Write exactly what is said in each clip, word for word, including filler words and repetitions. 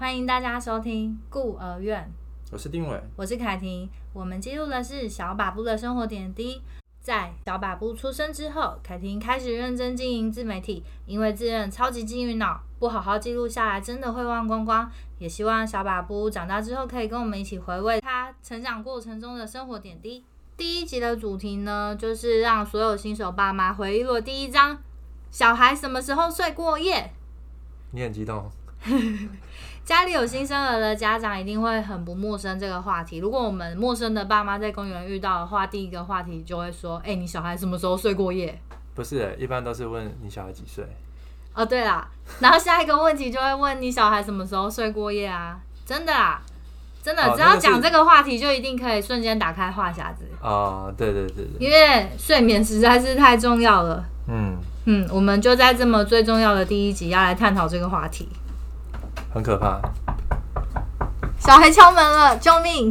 欢迎大家收听故儿院， 我是丁伟， 我是凯婷。我们记录的是小把布的生活点滴。在小把布出生之后，凯婷开始认真经营自媒体，因为自认超级金鱼脑，不好好记录下来真的会忘光光。也希望小把布长大之后可以跟我们一起回味他成长过程中的生活点滴。第一集的主题呢，就是让所有新手爸妈回忆录第一章：小孩什么时候睡过夜？ 你很激动。 家里有新生儿的家长一定会很不陌生这个话题。如果我们陌生的爸妈在公园遇到的话，第一个话题就会说：“哎、欸，你小孩什么时候睡过夜？” 不是，一般都是问你小孩几岁。 哦，对啦，然后下一个问题就会问你小孩什么时候睡过夜啊？真的啦，真的，哦、只要讲这个话题，就一定可以瞬间打开话匣子。 哦，对对对对， 因为睡眠实在是太重要了。 嗯嗯，我们就在这么最重要的第一集要来探讨这个话题。 很可怕。 小孩敲门了，救命！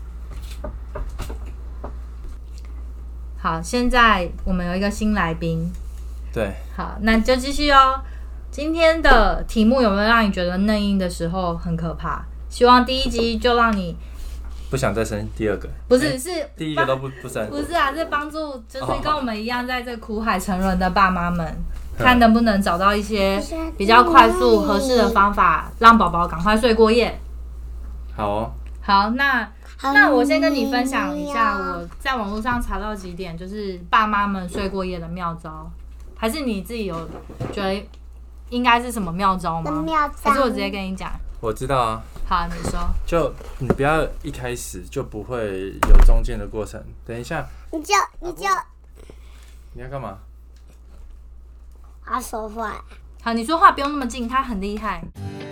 好，现在我们有一个新来宾。 对。 好，那就继续哦。今天的题目有没有让你觉得嫩硬的时候很可怕？希望第一集就让你不想再生第二个。 不是，是第一个都不不生。 不是啊，是帮助就是跟我们一样在这苦海沉沦的爸妈们。看能不能找到一些比较快速合适的方法，让宝宝赶快睡过夜。 好哦。 好，那那我先跟你分享一下我在网络上查到几点，就是爸妈们睡过夜的妙招。还是你自己有觉得应该是什么妙招吗？还是我直接跟你讲？ 我知道啊。 好，你说。 就你不要一开始就不会有中间的过程。等一下。 你就你就。 你要干嘛？ 他说话。 好，你说话不用那么近，他很厉害。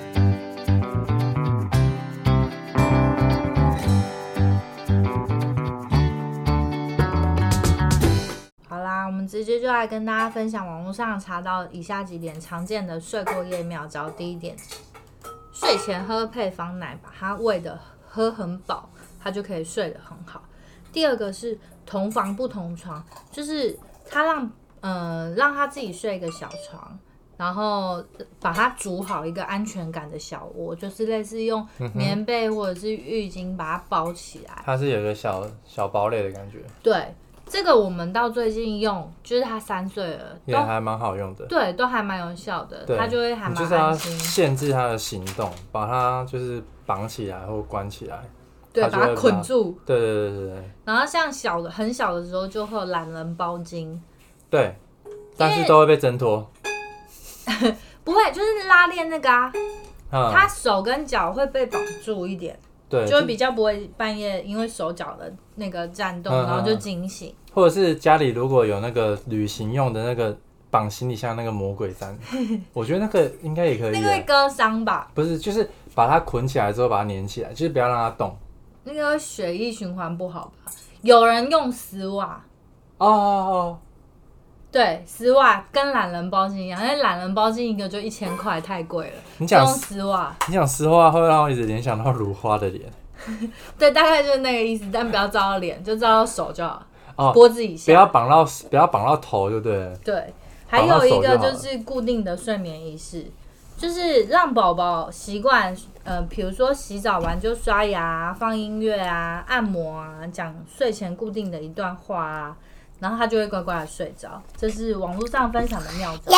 好啦，我们直接就来跟大家分享网络上查到以下几点常见的睡过夜妙招。第一点，睡前喝配方奶，把它喂的喝很饱，它就可以睡得很好。第二个是同房不同床，就是它让呃，让他自己睡一个小床，然后把它煮好一个安全感的小窝，就是类似用棉被或者是浴巾把它包起来。 它是有个小小堡垒的感觉。 对，这个我们到最近用，就是他三岁了， 也还蛮好用的。对， 都还蛮有效的，他就会还蛮安心。 就是要限制他的行动，把它就是绑起来或关起来。 对，把它捆住。 对对对对对。然后像小的很小的时候，就会有懒人包巾。 对，但是都会被挣脱。 不会，就是拉链那个啊， 嗯、 他手跟脚会被绑住一点， 对， 就会比较不会半夜因为手脚的那个颤动，嗯、然后就惊醒。 或者是家里如果有那个旅行用的那个绑行李箱那个魔鬼毡，我觉得那个应该也可以。 那个会割伤吧？ 不是，就是把它捆起来之后把它粘起来，就是不要让它动。 那个血液循环不好吧？有人用丝袜。 哦哦哦。 对，丝袜跟懒人包巾一样，因为懒人包巾一个就一千块，太贵了。 你讲用丝袜， 你讲丝袜会让我一直联想到如花的脸。 对，大概就是那个意思，但不要照到脸，就照到手就好。 哦， 脖子以下， 不要绑到，不要绑到头，就对了。 对，还有一个就是固定的睡眠仪式，就是让宝宝习惯，呃，比如说洗澡完就刷牙、放音乐啊、按摩啊，讲睡前固定的一段话啊。然后他就会乖乖的睡着，这是网络上分享的妙招。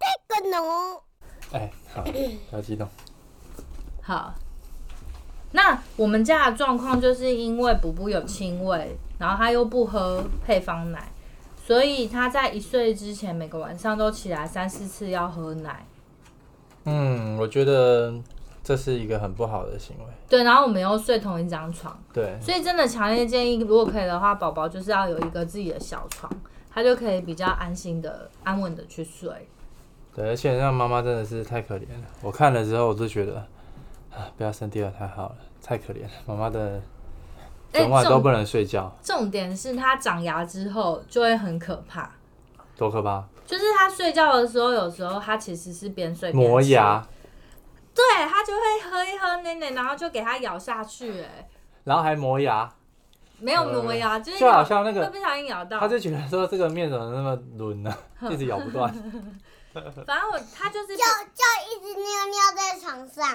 哎，好，不要激动。 好，那我们家的状况就是因为补补有亲喂，然后他又不喝配方奶，所以他在一岁之前每个晚上都起来三四次要喝奶。 嗯，我觉得这是一个很不好的行为。 对，然后我们又睡同一张床。 对， 所以真的强烈建议，如果可以的话，宝宝就是要有一个自己的小床，他就可以比较安心的、安稳的去睡。 对，而且让妈妈真的是太可怜了。我看了之后，我就觉得，啊，不要生第二胎好了，太可怜了。妈妈的整晚都不能睡觉。 重点是他长牙之后就会很可怕。 多可怕！ 就是他睡觉的时候，有时候他其实是边睡边吃。 磨牙。 对，他就会喝一喝奶奶，然后就给他咬下去，哎， 然后还磨牙， 没有磨牙，就是就好像那个会不小心咬到， 他就觉得说这个面怎么那么软呢，一直咬不断。 反正我他就是就就一直尿尿在床上。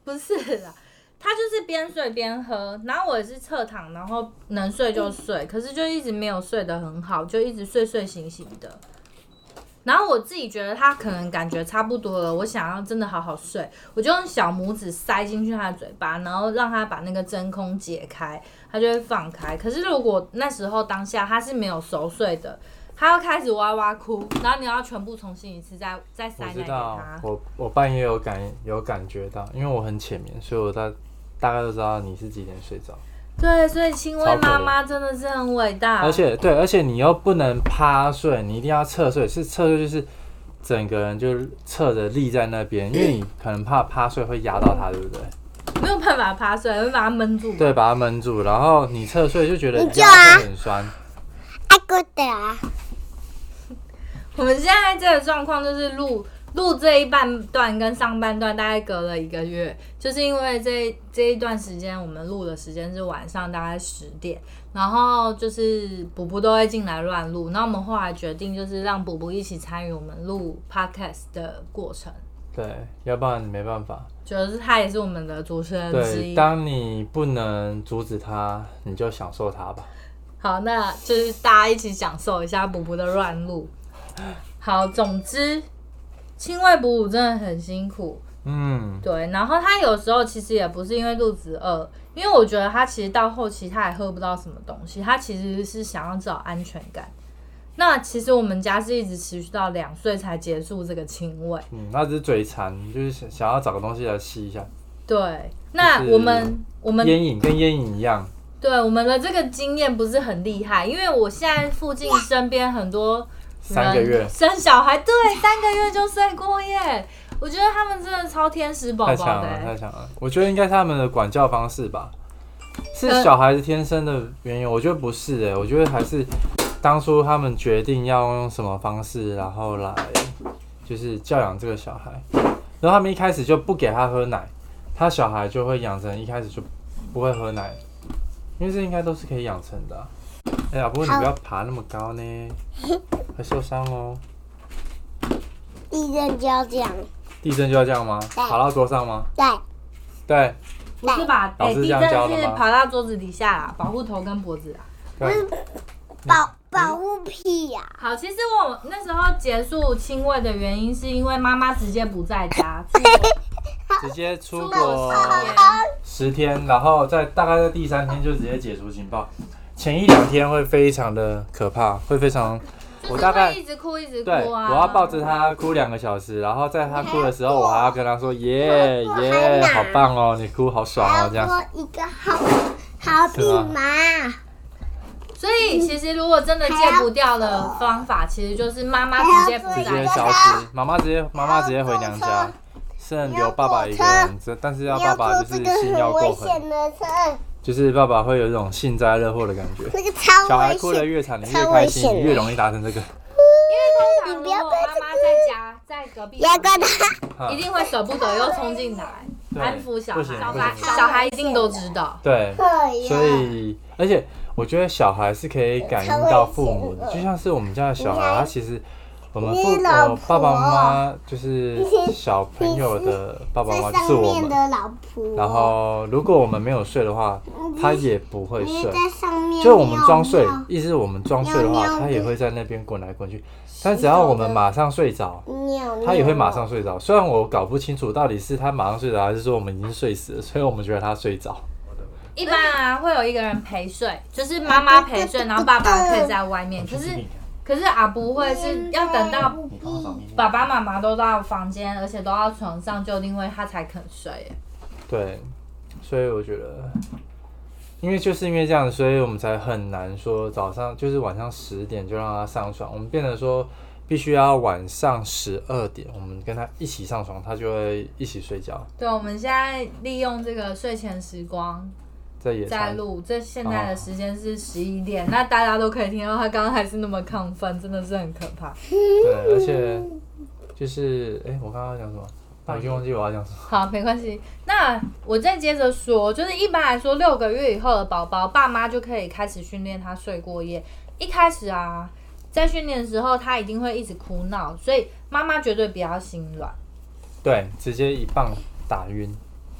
不是啦，他就是边睡边喝，然后我也是侧躺，然后能睡就睡，可是就一直没有睡得很好，就一直睡睡醒醒的。然后我自己觉得他可能感觉差不多了，我想要真的好好睡，我就用小拇指塞进去他的嘴巴，然后让他把那个真空解开，他就会放开。可是如果那时候当下他是没有熟睡的，他要开始哇哇哭，然后你要全部重新一次再再塞奶给他。 我我半夜有感有感觉到，因为我很浅眠，所以我大大概都知道你是几点睡着。 对，所以亲喂妈妈真的是很伟大。 而且对，而且你又不能趴睡，你一定要侧睡，是侧睡就是整个人就侧着立在那边，因为你可能怕趴睡会压到他，对不对？ 没有办法趴睡，会把它闷住。 对，把它闷住，然后你侧睡就觉得腰会很酸。 啊，good 啊！ 我们现在这个状况就是录录这一半段跟上半段大概隔了一个月，就是因为这这一段时间我们录的时间是晚上大概十点，然后就是补补都会进来乱录，那我们后来决定就是让补补一起参与我们录 podcast 的过程。 对，要不然没办法。 就是他也是我们的主持人之一。 对，当你不能阻止他，你就享受他吧。 好，那就是大家一起享受一下补补的乱录。好，总之。亲喂哺乳真的很辛苦，嗯，对。然后他有时候其实也不是因为肚子饿，因为我觉得他其实到后期他也喝不到什么东西，他其实是想要找安全感。那其实我们家是一直持续到两岁才结束这个亲喂， 嗯，他只是嘴馋，就是想要找个东西来吸一下。 对，那我们我们烟瘾跟烟瘾一样。 对，我们的这个经验不是很厉害，因为我现在附近身边很多。 三个月生小孩，对，三个月就睡过夜。我觉得他们真的超天使宝宝的、欸， 太强了，太强了。我觉得应该是他们的管教方式吧，是小孩子天生的原因。我觉得不是哎、欸，我觉得还是当初他们决定要用什么方式，然后来就是教养这个小孩。然后他们一开始就不给他喝奶，他小孩就会养成一开始就不会喝奶，因为这应该都是可以养成的、啊。哎、欸、呀，不过你不要爬那么高呢，会受伤哦。 地震就要这样。 地震就要这样吗？爬到桌上吗？ 对。 对。 不是吧？哎、欸，地震是爬到桌子底下啦，保护头跟脖子啦。 对。保保护屁呀、 啊！好，其实我那时候结束亲喂的原因，是因为妈妈直接不在家， 直接出国十天，然后在大概在第三天就直接解除情报。前一两天会非常的可怕，会非常，我大概一直哭一直哭对， 啊！ 我要抱着他哭两个小时，然后在他哭的时候，我还要跟他说耶耶，好棒哦，你哭好爽哦，这样。 一个好好屁妈。 所以其实如果真的戒不掉的方法，其实就是妈妈直接不在， 直接消失，妈妈直接妈妈直接回娘家，剩留爸爸一个人，但是要爸爸就是心要够狠。就是爸爸会有一种幸灾乐祸的感觉。 那个超小孩哭得越惨，你越开心，你越容易达成这个。 因为通常如果妈妈在家，在隔壁，一定会舍不得又冲进来安抚小孩。小孩小孩一定都知道。 对，所以而且我觉得小孩是可以感应到父母的，就像是我们家的小孩，他其实。我们父呃爸爸妈妈就是小朋友的爸爸妈妈，就是我们。然后如果我们没有睡的话，他也不会睡。就我们装睡，意思是我们装睡的话，他也会在那边滚来滚去。但只要我们马上睡着，他也会马上睡着。虽然我搞不清楚到底是他马上睡着，还是说我们已经睡死了，所以我们觉得他睡着。 一般啊，会有一个人陪睡，就是妈妈陪睡，然后爸爸可以在外面。可是。可是阿不会是要等到爸爸妈妈都到房间，而且都到床上就定位，他才肯睡。 对，所以我觉得，因为就是因为这样，所以我们才很难说早上就是晚上十点就让他上床，我们变得说必须要晚上十二点，我们跟他一起上床，他就会一起睡觉。 对，我们现在利用这个睡前时光。在录，这现在的时间是十一点，哦，那大家都可以听到他刚刚还是那么亢奋，真的是很可怕。 对，而且就是哎、欸，我刚刚讲什么？我已经忘记我要讲什么。 好，没关系。那我再接着说，就是一般来说，六个月以后的宝宝，爸妈就可以开始训练他睡过夜。一开始啊，在训练的时候，他一定会一直哭闹，所以妈妈绝对不要心软。 对，直接一棒打晕。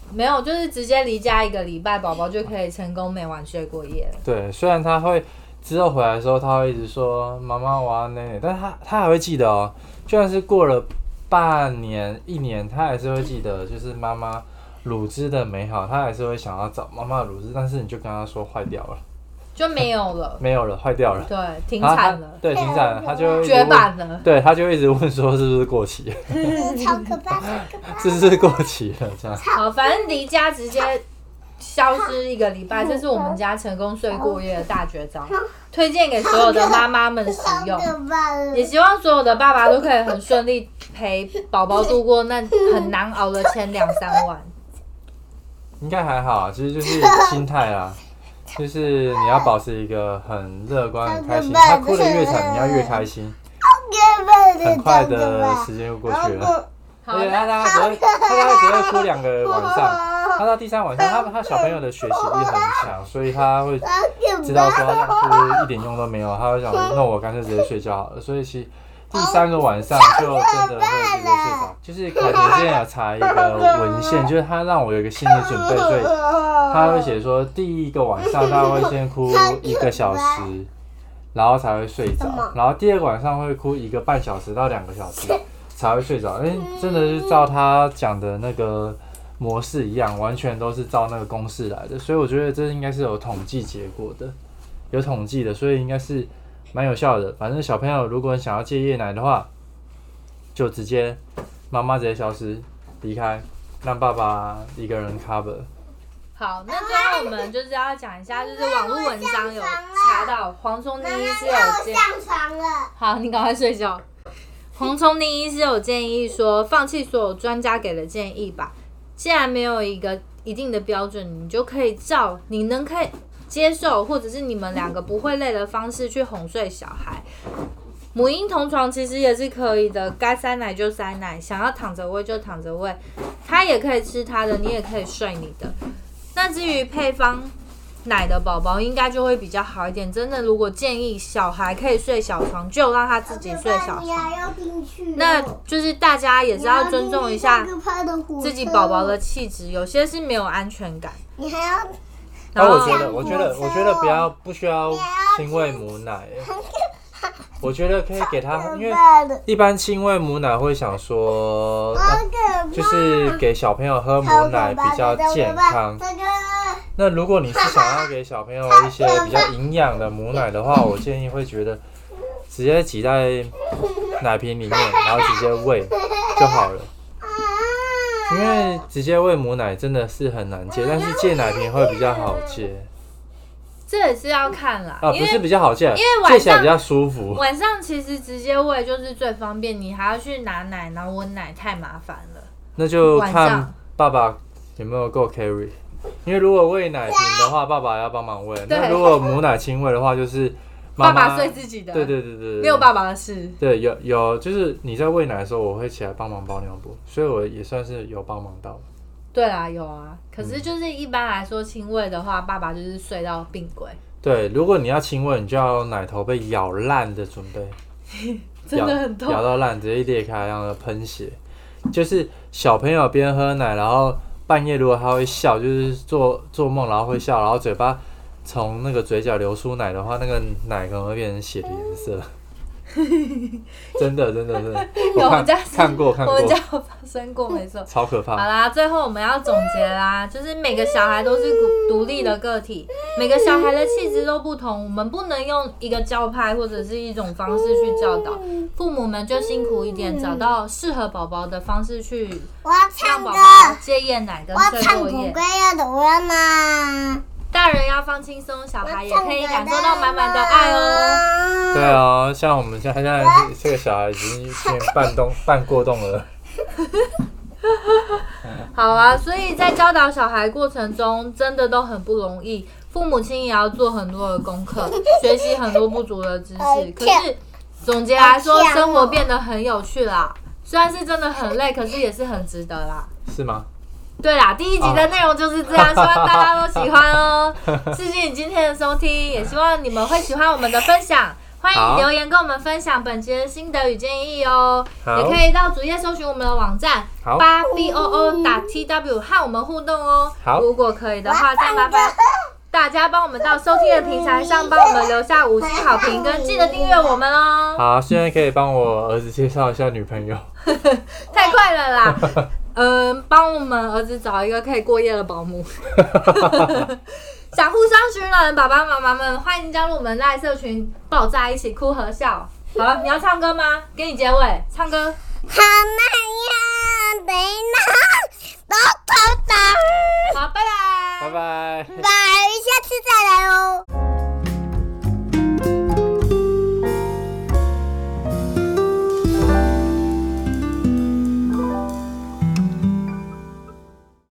没有，就是直接离家一个礼拜，宝宝就可以成功每晚睡过夜了。 对，虽然他会之后回来的时候，他会一直说妈妈我要奶奶，但是他他还会记得哦，就算是过了半年一年，他还是会记得，就是妈妈乳汁的美好，他还是会想要找妈妈的乳汁，但是你就跟他说坏掉了。 就没有了， 没有了，坏掉了， 对，停产了， 对，停产了，他就绝版了， 对，他就一直问说是不是过期了， 超可怕，超可怕， 是不是过期了这样。 好，反正离家直接消失一个礼拜，这是我们家成功睡过夜的大绝招，推荐给所有的妈妈们使用，也希望所有的爸爸都可以很顺利陪宝宝度过那很难熬的前两三晚。 应该还好啊，其实就是心态啊。就是你要保持一个很乐观、很开心。他哭得越惨，你要越开心。很快的时间就过去了。而且他大概只会，他大概只会哭两个晚上。他到第三晚上，他他小朋友的学习力很强，所以他会知道说他哭一点用都没有，他会想说，那我干脆直接睡觉好了。所以其实第三个晚上就真的会直接睡着。就是凯婷之前有查一个文献，就是他让我有一个心理准备，所以他会写说第一个晚上他会先哭一个小时，然后才会睡着，然后第二个晚上会哭一个半小时到两个小时才会睡着。哎、欸，真的是照他讲的那个模式一样，完全都是照那个公式来的，所以我觉得这应该是有统计结果的，有统计的，所以应该是蛮有效的。反正小朋友如果想要戒夜奶的话，就直接妈妈直接消失离开，让爸爸一个人 cover。 好，那最后我们就是要讲一下，就是网络文章有查到黄聪妮医师有建议，好，你赶快睡觉。黄聪妮医师有建议说，放弃所有专家给的建议吧。既然没有一个一定的标准，你就可以照你能可以接受，或者是你们两个不会累的方式去哄睡小孩。母婴同床其实也是可以的，该塞奶就塞奶，想要躺着喂就躺着喂，他也可以吃他的，你也可以睡你的。那至于配方奶的宝宝，应该就会比较好一点。真的，如果建议小孩可以睡小床，就让他自己睡小床。那就是大家也是要尊重一下自己宝宝的气质，有些是没有安全感。 你还要。 然后我觉得，我觉得，我觉得不要不需要亲喂母奶。我觉得可以给他，因为一般亲喂母奶会想说，呃、就是给小朋友喝母奶比较健康。那如果你是想要给小朋友一些比较营养的母奶的话，我建议会觉得直接挤在奶瓶里面，然后直接喂就好了。因为直接喂母奶真的是很难戒，但是戒奶瓶会比较好戒。 这也是要看啦， 啊，不是比较好戒， 因为晚上戒起来比较舒服。 晚上其实直接喂就是最方便，你还要去拿奶，然后温奶太麻烦了。 那就看爸爸有没有够 carry， 因为如果喂奶瓶的话，爸爸要帮忙喂；那如果母奶亲喂的话，就是妈妈爸爸睡自己的。 对对对对对， 没有爸爸的事。 对，有有，就是你在喂奶的时候，我会起来帮忙包尿布，所以我也算是有帮忙到。 对啦，有啊，可是就是一般来说亲喂的话，爸爸就是睡到病鬼。 对，如果你要亲喂，你就要奶头被咬烂的准备， 真的很痛， 咬到烂直接裂开，然后喷血。就是小朋友边喝奶，然后半夜如果他会笑，就是做做梦然后会笑，然后嘴巴从那个嘴角流出奶的话，那个奶可能会变成血的颜色。真的真的真的， 我看看过看过， 我们家有发生过，没错， 超可怕。 好啦，最后我们要总结啦，就是每个小孩都是独立的个体，每个小孩的气质都不同，我们不能用一个教派或者是一种方式去教导，父母们就辛苦一点，找到适合宝宝的方式去让宝宝戒夜奶跟睡过夜。大人要放轻松，小孩也可以感受到满满的爱哦。 对哦，像我们现在现在这个小孩已经变半动半过动了。 好啊，所以在教导小孩过程中，真的都很不容易，父母亲也要做很多的功课，学习很多不足的知识。可是总结来说，生活变得很有趣啦。虽然是真的很累，可是也是很值得啦。 是吗？ 对啦，第一集的内容就是这样，希望大家都喜欢哦。谢谢你今天的收听，也希望你们会喜欢我们的分享。 欢迎留言跟我们分享本期的心得与建议哦，也可以到主页搜寻我们的网站八 b o o 打 t w 和我们互动哦。如果可以的话，再麻烦大家帮我们到收听的平台上帮我们留下五星好评，跟记得订阅我们哦。 好，现在可以帮我儿子介绍一下女朋友。 太快了啦！嗯、呃，帮我们儿子找一个可以过夜的保姆。想互相寻人，爸爸妈妈们欢迎加入我们赖社群，抱在一起哭和笑。好了，你要唱歌吗？给你结尾，唱歌。 好难呀，得拿，都头疼。 好，拜拜。 拜拜。 拜，下次再来哦。